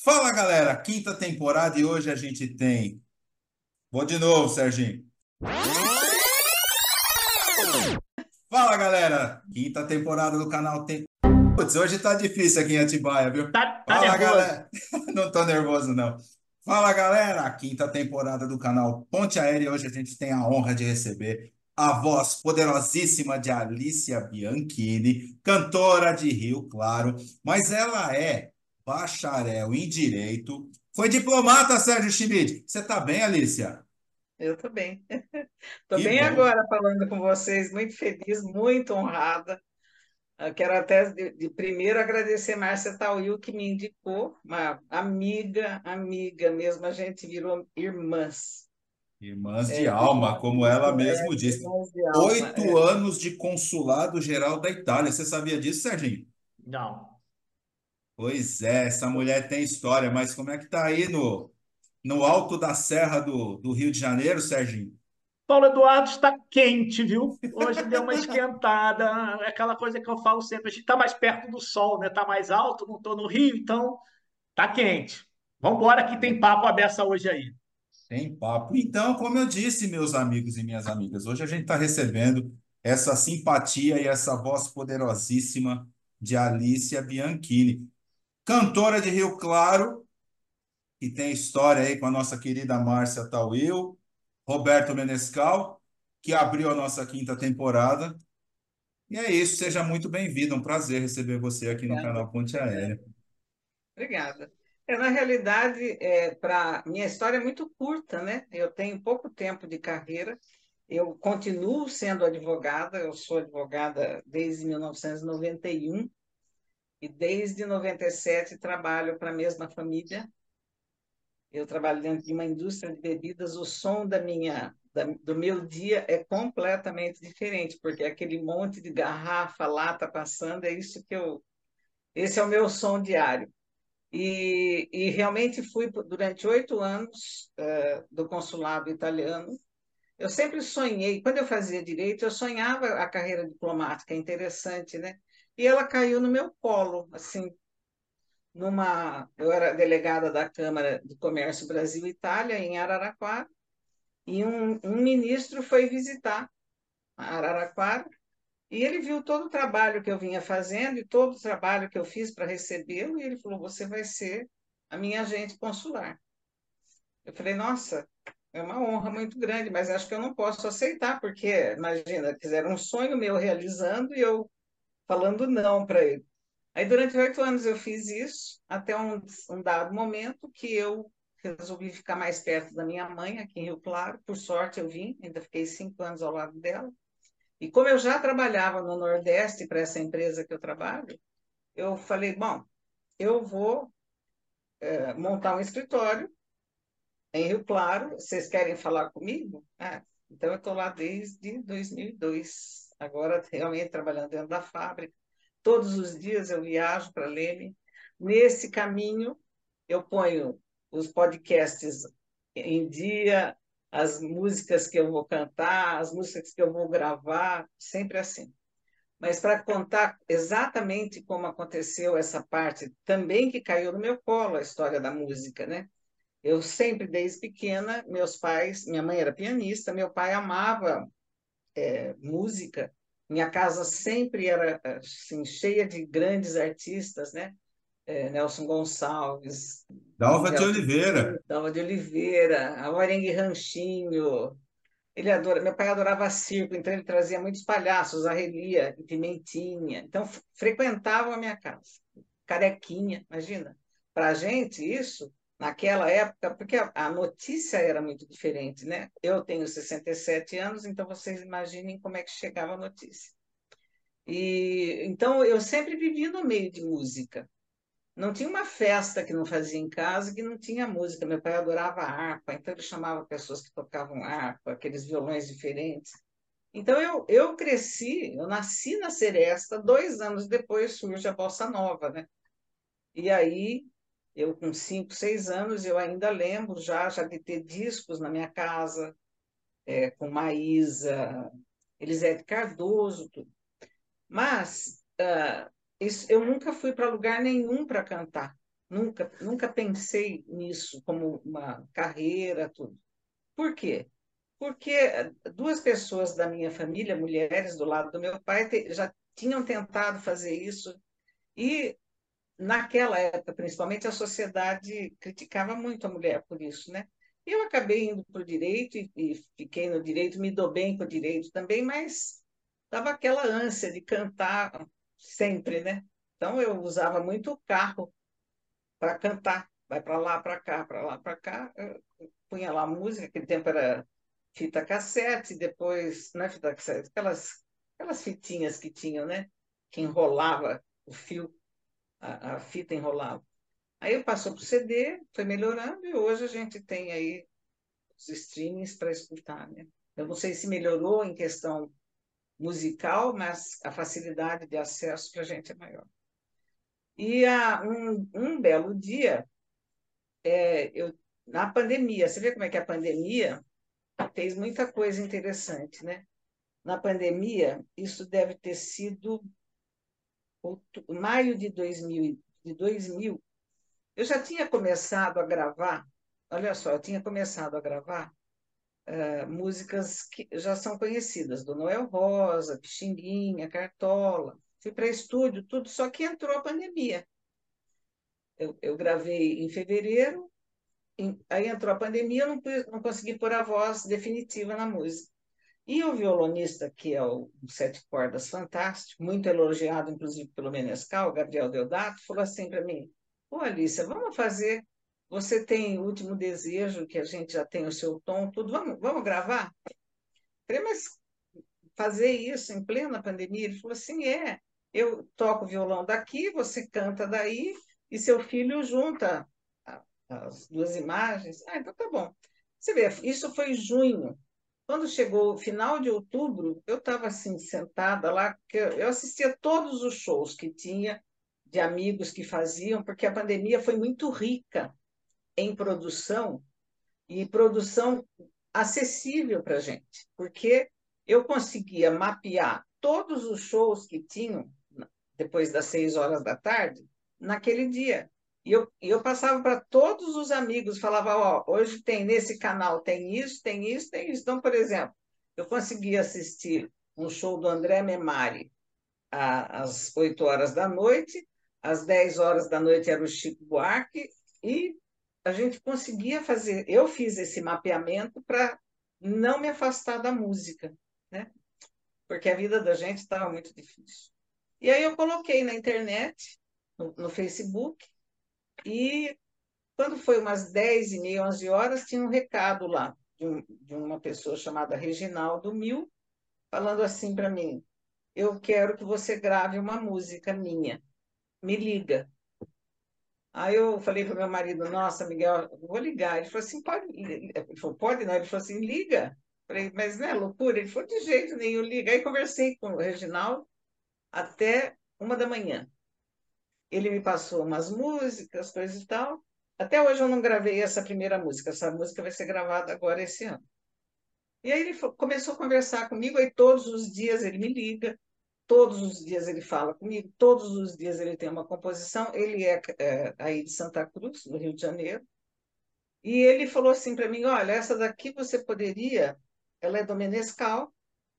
Fala, galera! Quinta temporada e hoje a gente tem. Vou de novo, Serginho. Fala, galera! Quinta temporada do canal tem. Putz, hoje tá difícil aqui em Atibaia, viu? Tá Fala, nervoso. galera! Não tô nervoso, não. Fala, galera! Quinta temporada do canal Ponte Aérea e hoje a gente tem a honra de receber a voz poderosíssima de Alicia Bianchini, cantora de Rio Claro, mas ela é bacharel em Direito. Foi diplomata, Sérgio Schmidt. Você tá bem, Alicia? Eu estou bem. Estou Que bem bom. agora falando com vocês, muito feliz, muito honrada. Eu quero até de primeiro agradecer Márcia Tauil, que me indicou, uma amiga mesmo, a gente virou irmãs. Irmãs de alma, como ela mesmo disse. Irmãs de alma. 8 anos de consulado geral da Itália. Você sabia disso, Serginho? Não. Pois é, essa mulher tem história, mas como é que tá aí no alto da Serra do Rio de Janeiro, Serginho? Paulo Eduardo está quente, viu? Hoje deu uma esquentada. É aquela coisa que eu falo sempre, a gente está mais perto do sol, né? Está mais alto, não estou no Rio, então tá quente. Vamos embora que tem papo a beça hoje aí. Tem papo. Então, como eu disse, meus amigos e minhas amigas, hoje a gente está recebendo essa simpatia e essa voz poderosíssima de Alicia Bianchini, cantora de Rio Claro, que tem história aí com a nossa querida Márcia Tawil, Roberto Menescal, que abriu a nossa quinta temporada. E é isso, seja muito bem-vindo. Um prazer receber você aqui no Obrigada, canal Ponte Aérea. obrigada. Na realidade, minha história é muito curta, né? Eu tenho pouco tempo de carreira. Eu continuo sendo advogada. Eu sou advogada desde 1991 e desde 97 trabalho para a mesma família. Eu trabalho dentro de uma indústria de bebidas. O som do meu dia é completamente diferente, porque é aquele monte de garrafa, lata passando, esse é o meu som diário. E realmente fui durante 8 anos do consulado italiano. Eu sempre sonhei, quando eu fazia direito, eu sonhava a carreira diplomática, é interessante, né? E ela caiu no meu colo, assim, eu era delegada da Câmara de Comércio Brasil-Itália, em Araraquara, e um ministro foi visitar Araraquara, e ele viu todo o trabalho que eu vinha fazendo e todo o trabalho que eu fiz para recebê-lo, e ele falou: Você vai ser a minha agente consular. Eu falei: Nossa, é uma honra muito grande, mas acho que eu não posso aceitar, porque, imagina, fizeram um sonho meu realizando e eu falando não para ele. Aí, durante 8 anos, eu fiz isso, até um dado momento que eu resolvi ficar mais perto da minha mãe, aqui em Rio Claro. Por sorte, eu vim, ainda fiquei 5 anos ao lado dela. E como eu já trabalhava no Nordeste para essa empresa que eu trabalho, eu falei: Bom, eu vou montar um escritório em Rio Claro. Vocês querem falar comigo? Então, eu estou lá desde 2002. Agora, realmente, trabalhando dentro da fábrica. Todos os dias eu viajo para Leme. Nesse caminho, eu ponho os podcasts em dia, as músicas que eu vou cantar, as músicas que eu vou gravar, sempre assim. Mas para contar exatamente como aconteceu essa parte, também que caiu no meu colo a história da música, né? Eu sempre, desde pequena, meus pais, minha mãe era pianista, meu pai amava música. Minha casa sempre era assim, cheia de grandes artistas, né? Nelson Gonçalves, Dalva de Nelson Oliveira. Dalva de Oliveira, a Merengue Ranchinho. Meu pai adorava circo, então ele trazia muitos palhaços, a Relia, Pimentinha. Então, frequentavam a minha casa. Carequinha, imagina. Para a gente, isso, naquela época, porque a notícia era muito diferente, né? Eu tenho 67 anos, então vocês imaginem como é que chegava a notícia. E então eu sempre vivi no meio de música. Não tinha uma festa que não fazia em casa que não tinha música. Meu pai adorava harpa, então ele chamava pessoas que tocavam harpa, aqueles violões diferentes. Então eu cresci, eu nasci na Seresta. 2 anos depois surge a Bossa Nova, né? E aí, eu com 5, 6 anos, eu ainda lembro já de ter discos na minha casa, com Maísa, Elisete Cardoso, tudo. Mas eu nunca fui para lugar nenhum para cantar. Nunca pensei nisso como uma carreira, tudo. Por quê? Porque duas pessoas da minha família, mulheres do lado do meu pai, já tinham tentado fazer isso e naquela época, principalmente, a sociedade criticava muito a mulher por isso, né? Eu acabei indo para o direito e fiquei no direito, me dou bem com o direito também, mas dava aquela ânsia de cantar sempre, né? Então eu usava muito o carro para cantar, vai para lá, para lá, para cá. Eu punha lá a música, aquele tempo era fita cassete, depois, não é fita cassete, aquelas fitinhas que tinham, né? Que enrolava o fio, a fita enrolava. Aí passou para o CD, foi melhorando e hoje a gente tem aí os streamings para escutar, né? Eu não sei se melhorou em questão musical, mas a facilidade de acesso para a gente é maior. E um belo dia, na pandemia, você vê como é que a pandemia fez muita coisa interessante, né? Na pandemia, isso deve ter sido maio de 2000. Eu já tinha começado a gravar, olha só, eu tinha começado a gravar músicas que já são conhecidas, do Noel Rosa, Pixinguinha, Cartola. Fui para estúdio, tudo, só que entrou a pandemia. Eu gravei em fevereiro, aí entrou a pandemia, eu não consegui pôr a voz definitiva na música. E o violonista, que é o Sete Cordas Fantástico, muito elogiado, inclusive, pelo Menescal, Gabriel Deodato, falou assim para mim: Ô, Alicia, vamos fazer. Você tem o Último Desejo, que a gente já tem o seu tom, tudo, vamos gravar? Falei, mas fazer isso em plena pandemia? Ele falou assim: eu toco violão daqui, você canta daí, e seu filho junta as duas imagens. Ah, então tá bom. Você vê, isso foi em junho. Quando chegou o final de outubro, eu estava assim, sentada lá, porque eu assistia todos os shows que tinha de amigos que faziam, porque a pandemia foi muito rica em produção e produção acessível para a gente, porque eu conseguia mapear todos os shows que tinham depois das 6 horas da tarde naquele dia. E eu passava para todos os amigos, falava, ó, hoje tem nesse canal, tem isso, tem isso, tem isso. Então, por exemplo, eu conseguia assistir um show do André Memari às 8 horas da noite, às 10 horas da noite era o Chico Buarque, e a gente conseguia fazer. Eu fiz esse mapeamento para não me afastar da música, né? Porque a vida da gente estava muito difícil. E aí eu coloquei na internet, no Facebook, e quando foi umas 10h30, 11 horas, tinha um recado lá de uma pessoa chamada Reginaldo Mil, falando assim para mim: eu quero que você grave uma música minha, me liga. Aí eu falei para o meu marido: nossa, Miguel, eu vou ligar. Ele falou assim: pode. Ele falou: pode não? Ele falou assim: liga. Eu falei: mas não é loucura? Ele falou: de jeito nenhum, liga. Aí conversei com o Reginaldo até 1 da manhã. Ele me passou umas músicas, coisas e tal. Até hoje eu não gravei essa primeira música. Essa música vai ser gravada agora esse ano. E aí ele começou a conversar comigo, aí todos os dias ele me liga, todos os dias ele fala comigo, todos os dias ele tem uma composição. Ele é aí de Santa Cruz, no Rio de Janeiro. E ele falou assim para mim: olha, essa daqui você poderia, ela é do Menescal,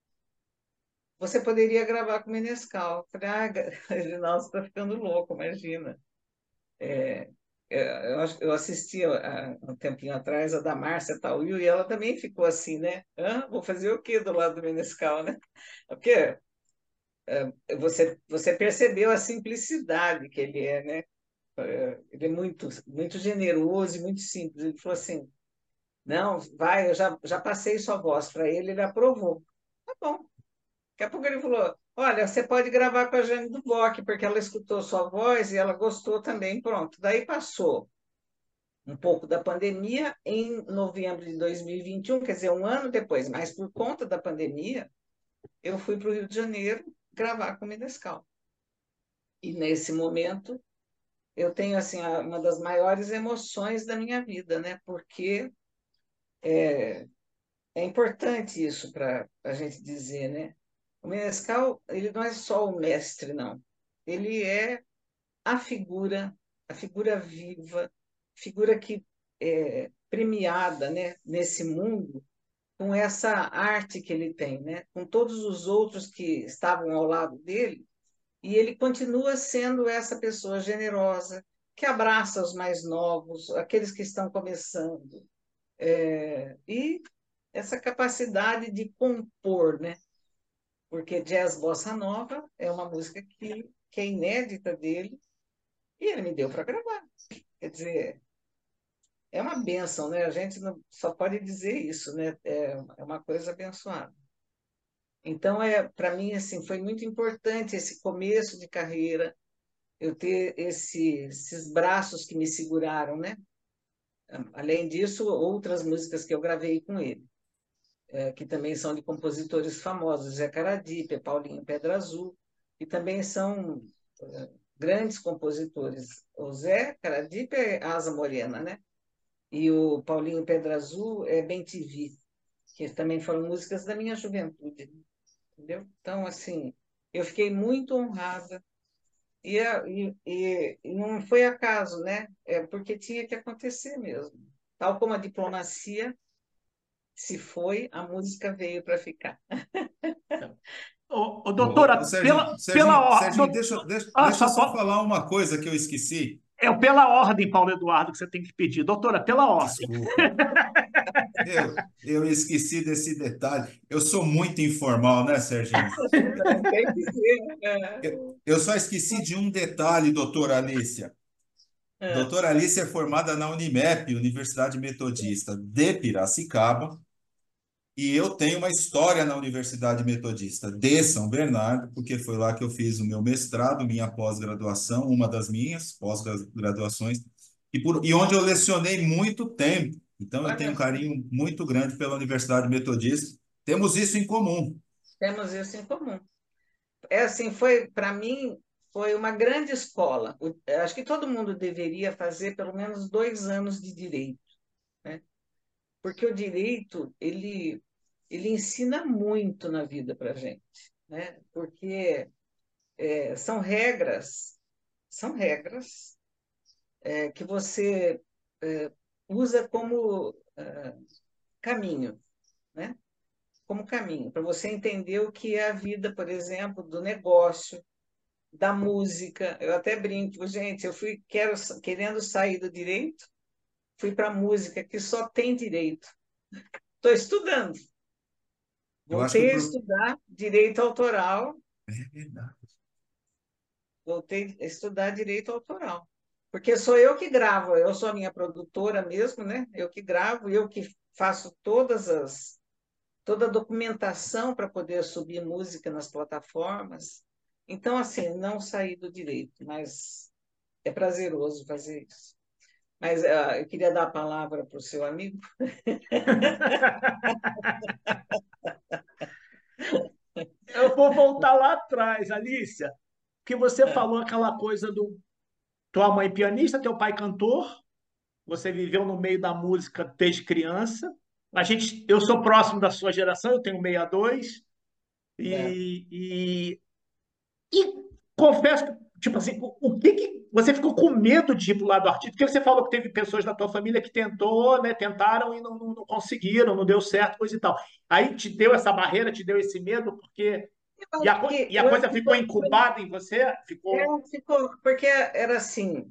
você poderia gravar com o Menescal. Eu falei: Reginaldo, você está ficando louco, imagina. É, eu assisti um tempinho atrás a da Márcia Tauil e ela também ficou assim, né? Vou fazer o quê do lado do Menescal, né? Porque você percebeu a simplicidade que ele é, né? Ele é muito, muito generoso e muito simples. Ele falou assim: não, vai, eu já passei sua voz para ele, ele aprovou. Tá bom. Daqui a pouco ele falou: olha, você pode gravar com a Jane Duboc, porque ela escutou sua voz e ela gostou também. Pronto. Daí passou um pouco da pandemia, em novembro de 2021, quer dizer, um ano depois, mas por conta da pandemia, eu fui para o Rio de Janeiro gravar com o Menescal. E nesse momento, eu tenho assim uma das maiores emoções da minha vida, né? Porque é importante isso para a gente dizer, né? O Menescal, ele não é só o mestre, não. Ele é a figura. a figura viva, figura que é premiada, né, nesse mundo, com essa arte que ele tem, né, com todos os outros que estavam ao lado dele, e ele continua sendo essa pessoa generosa, que abraça os mais novos, aqueles que estão começando, e essa capacidade de compor, né? Porque jazz bossa nova é uma música que é inédita dele e ele me deu para gravar. Quer dizer, é uma bênção, né? A gente não, só pode dizer isso, né? É uma coisa abençoada. Então, para mim, assim, foi muito importante esse começo de carreira, eu ter esses braços que me seguraram, né? Além disso, outras músicas que eu gravei com ele, que também são de compositores famosos, Zé Caradipe, Paulinho Pedra Azul, e também são grandes compositores. O Zé Caradipe é Asa Morena, né? E o Paulinho Pedra Azul é Bem Te Vi, que também foram músicas da minha juventude, entendeu? Então, assim, eu fiquei muito honrada. E não foi acaso, né? É porque tinha que acontecer mesmo. Tal como a diplomacia se foi, a música veio para ficar. Ô, Doutora, Serginho, pela Serginho, Serginho, deixa eu só falar uma coisa que eu esqueci. pela ordem, Paulo Eduardo, que você tem que pedir. Doutora, pela ordem. Desculpa. Eu esqueci desse detalhe. Eu sou muito informal, né, Serginho? Tem que ser. Eu só esqueci de um detalhe, doutora Alícia. É. Doutora Alice é formada na Unimep, Universidade Metodista de Piracicaba, e eu tenho uma história na Universidade Metodista de São Bernardo, porque foi lá que eu fiz o meu mestrado, minha pós-graduação, uma das minhas pós-graduações, e onde eu lecionei muito tempo. Então, eu tenho Olha um só, carinho muito grande pela Universidade Metodista. Temos isso em comum. temos isso em comum. É assim, foi para mim foi uma grande escola. Acho que todo mundo deveria fazer pelo menos 2 anos de direito, né? Porque o direito ele ensina muito na vida para gente, né? Porque são regras que você usa como caminho, né? Como caminho para você entender o que é a vida, por exemplo, do negócio, da música. Eu até brinco, gente, eu querendo sair do direito, fui para a música que só tem direito. Estou estudando. Eu acho que o Voltei a estudar direito autoral, voltei a estudar direito autoral. Porque sou eu que gravo, eu sou a minha produtora mesmo, né? Eu que gravo, eu que faço toda a documentação para poder subir música nas plataformas. Então, assim, não saí do direito, mas é prazeroso fazer isso. Mas eu queria dar a palavra para o seu amigo. Eu vou voltar lá atrás, Alícia, que você falou aquela coisa do tua mãe pianista, teu pai cantor, você viveu no meio da música desde criança. Eu sou próximo da sua geração, eu tenho 62, É. e, e confesso que, tipo assim, o que que você ficou com medo de ir para o lado artístico? Porque você falou que teve pessoas da tua família que tentaram e não conseguiram, não deu certo, coisa e tal. Aí te deu essa barreira, te deu esse medo, porque e a Eu acho coisa que ficou incubada em você? Ficou. porque era assim,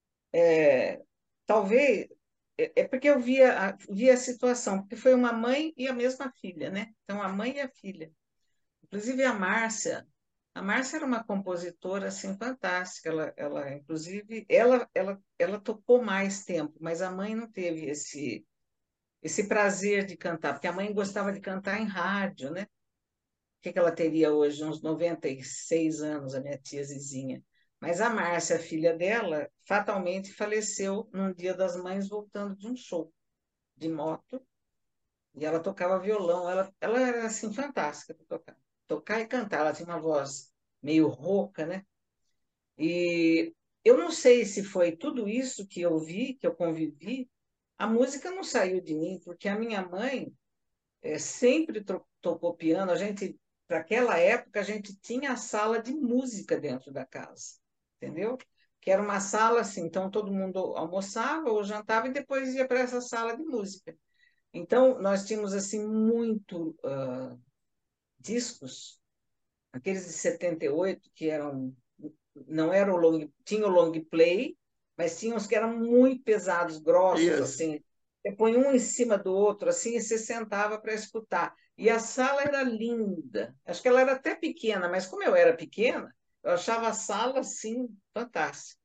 talvez, é porque eu via a situação, porque foi uma mãe e a mesma filha, né? Então, a mãe e a filha. Inclusive, a Márcia era uma compositora, assim, fantástica. Inclusive, ela tocou mais tempo, mas a mãe não teve esse prazer de cantar, porque a mãe gostava de cantar em rádio, né? Que ela teria hoje? Uns 96 anos, a minha tia Zizinha. Mas a Márcia, a filha dela, fatalmente faleceu num Dia das Mães, voltando de um show de moto, e ela tocava violão. Ela era, assim, fantástica para tocar. Tocar e cantar. Ela tinha uma voz meio rouca, né? E eu não sei se foi tudo isso que eu vi, que eu convivi, a música não saiu de mim, porque a minha mãe sempre tocou piano. Para aquela época, a gente tinha a sala de música dentro da casa, entendeu? que era uma sala assim, então todo mundo almoçava ou jantava e depois ia para essa sala de música. Então nós tínhamos assim muito discos, aqueles de 78 que eram não era o long, tinha o long play, mas tinha uns que eram muito pesados, grossos Isso. assim. Você põe um em cima do outro assim e você sentava para escutar. E a sala era linda. Acho que ela era até pequena, mas como eu era pequena, eu achava a sala assim fantástica.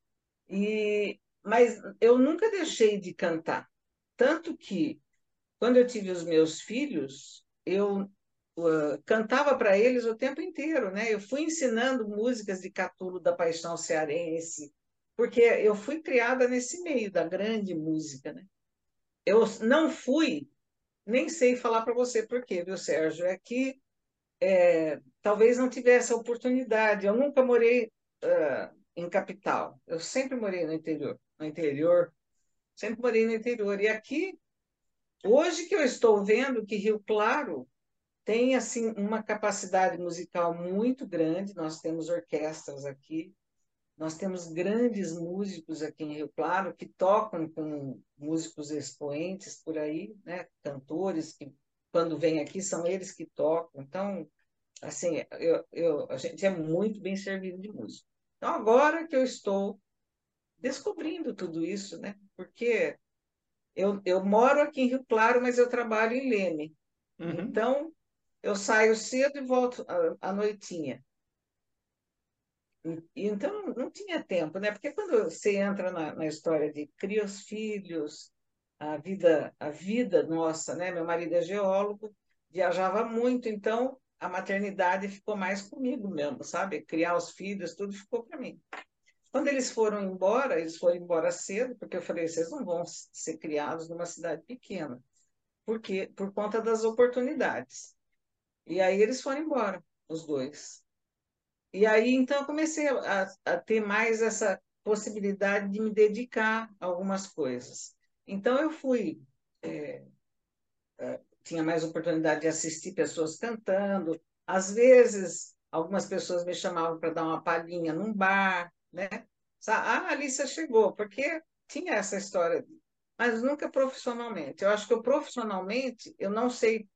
Mas eu nunca deixei de cantar. Tanto que, quando eu tive os meus filhos, eu cantava para eles o tempo inteiro, né? Eu fui ensinando músicas de Catulo da Paixão Cearense, porque eu fui criada nesse meio da grande música, né? Eu não fui, nem sei falar para você por quê, viu, Sérgio? É que talvez não tivesse a oportunidade. Eu nunca morei em capital. Eu sempre morei no interior. No interior, sempre morei no interior. E aqui, hoje que eu estou vendo que Rio Claro tem assim uma capacidade musical muito grande. Nós temos orquestras aqui, nós temos grandes músicos aqui em Rio Claro que tocam com músicos expoentes por aí, né? Cantores que quando vêm aqui são eles que tocam. Então, assim, a gente é muito bem servido de música. Então, agora que eu estou descobrindo tudo isso, né? Porque eu moro aqui em Rio Claro, mas eu trabalho em Leme. Uhum. Então, eu saio cedo e volto à noitinha. Então, não tinha tempo, né? Porque quando você entra na história de cria os filhos, a vida nossa, né? Meu marido é geólogo, viajava muito, então a maternidade ficou mais comigo mesmo, sabe? Criar os filhos, tudo ficou para mim. Quando eles foram embora cedo, porque eu falei, vocês não vão ser criados numa cidade pequena, porque por conta das oportunidades. E aí eles foram embora, os dois. E aí, então, eu comecei a ter mais essa possibilidade de me dedicar a algumas coisas. Então, eu fui, tinha mais oportunidade de assistir pessoas cantando. Às vezes, algumas pessoas me chamavam para dar uma palhinha num bar, né? A Alicia chegou, porque tinha essa história, mas nunca profissionalmente. Eu acho que eu profissionalmente, eu não sei,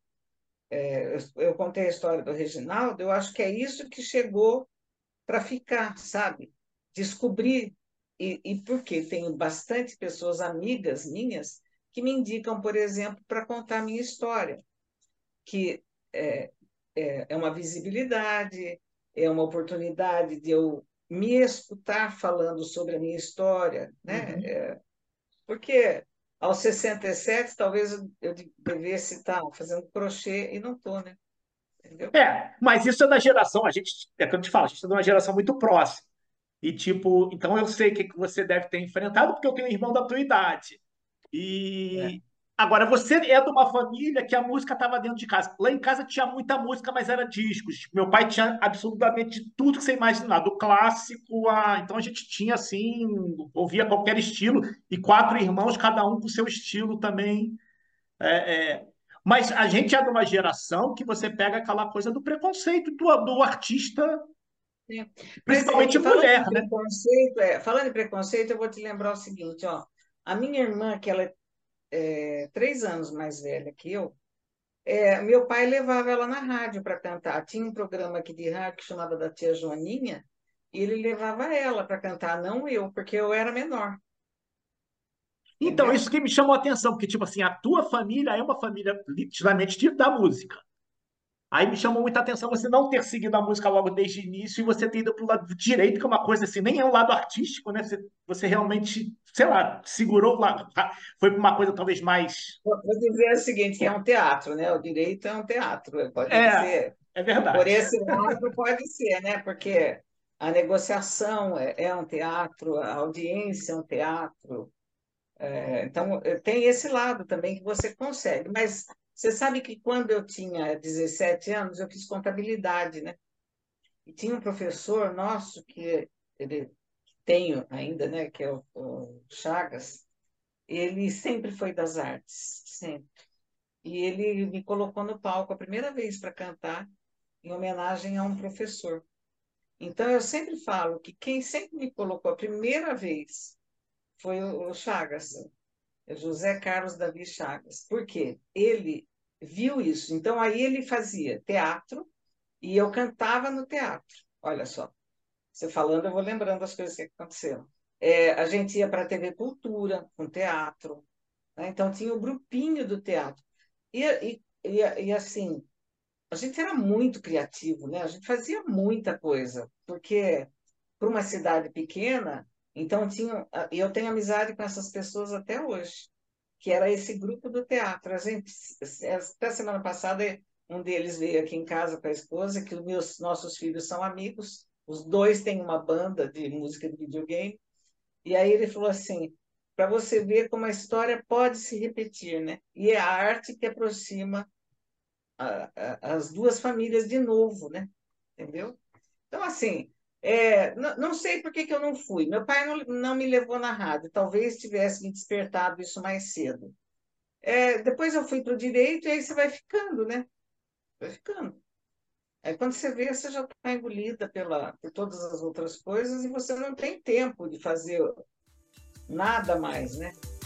eu contei a história do Reginaldo, eu acho que é isso que chegou para ficar, sabe? Descobrir, e porque tenho bastante pessoas amigas minhas que me indicam, por exemplo, para contar a minha história, que é, é uma visibilidade, é uma oportunidade de eu me escutar falando sobre a minha história, né? Uhum. Porque aos 67 talvez eu devesse estar fazendo crochê e não estou, né? Entendeu? Mas isso é da geração, a gente, é que eu te falo, a gente é de uma geração muito próxima. E, tipo, então eu sei o que que você deve ter enfrentado, porque eu tenho um irmão da tua idade. É. E agora, você é de uma família que a música estava dentro de casa. Lá em casa tinha muita música, mas era discos. Tipo, meu pai tinha absolutamente de tudo que você imaginar, do clássico a. Então a gente tinha assim, ouvia qualquer estilo, e quatro irmãos, cada um com seu estilo também. Mas a gente é de uma geração que você pega aquela coisa do preconceito do artista, Sim. Mas principalmente falando mulher, em né? preconceito, eu vou te lembrar o seguinte, ó, a minha irmã, que ela é 3 anos mais velha que eu, meu pai levava ela na rádio para cantar. Tinha um programa aqui de rádio que chamava da Tia Joaninha, e ele levava ela para cantar, não eu, porque eu era menor, Então, entendeu? isso que me chamou a atenção, porque, tipo assim, a tua família é uma família literalmente da música. Aí me chamou muita atenção você não ter seguido a música logo desde o início e você ter ido pro lado direito, que é uma coisa assim, nem é um lado artístico, né? Você realmente, sei lá, segurou lá, foi para uma coisa talvez mais. Vou dizer o seguinte, que é um teatro, né? O direito é um teatro, pode É, ser. é Por verdade. esse lado, pode ser, né? Porque a negociação é um teatro, a audiência é um teatro. Então, tem esse lado também que você consegue. Mas você sabe que quando eu tinha 17 anos, eu fiz contabilidade, né? E tinha um professor nosso que ele tenho ainda, né? Que é o Chagas. Ele sempre foi das artes, sempre. E ele me colocou no palco a primeira vez para cantar em homenagem a um professor. Então, eu sempre falo que quem sempre me colocou a primeira vez foi o Chagas, José Carlos Davi Chagas. Por quê? Ele viu isso. Então, aí ele fazia teatro e eu cantava no teatro. Olha só, você falando, eu vou lembrando as coisas que aconteceram. A gente ia para a TV Cultura, com teatro, né? Então, tinha o grupinho do teatro. E assim, a gente era muito criativo, né? A gente fazia muita coisa, porque para uma cidade pequena, então tinha, eu tenho amizade com essas pessoas até hoje, que era esse grupo do teatro. A gente, até semana passada, um deles veio aqui em casa com a esposa, que os nossos filhos são amigos, os dois têm uma banda de música de videogame, e aí ele falou assim, para você ver como a história pode se repetir, né? E é a arte que aproxima as duas famílias de novo, né? Entendeu? Então, assim, não sei por que que eu não fui. Meu pai não me levou na rádio, talvez tivesse me despertado isso mais cedo. Depois eu fui para o direito e aí você vai ficando, né? Vai ficando. Aí quando você vê, você já está engolida por todas as outras coisas e você não tem tempo de fazer nada mais, né?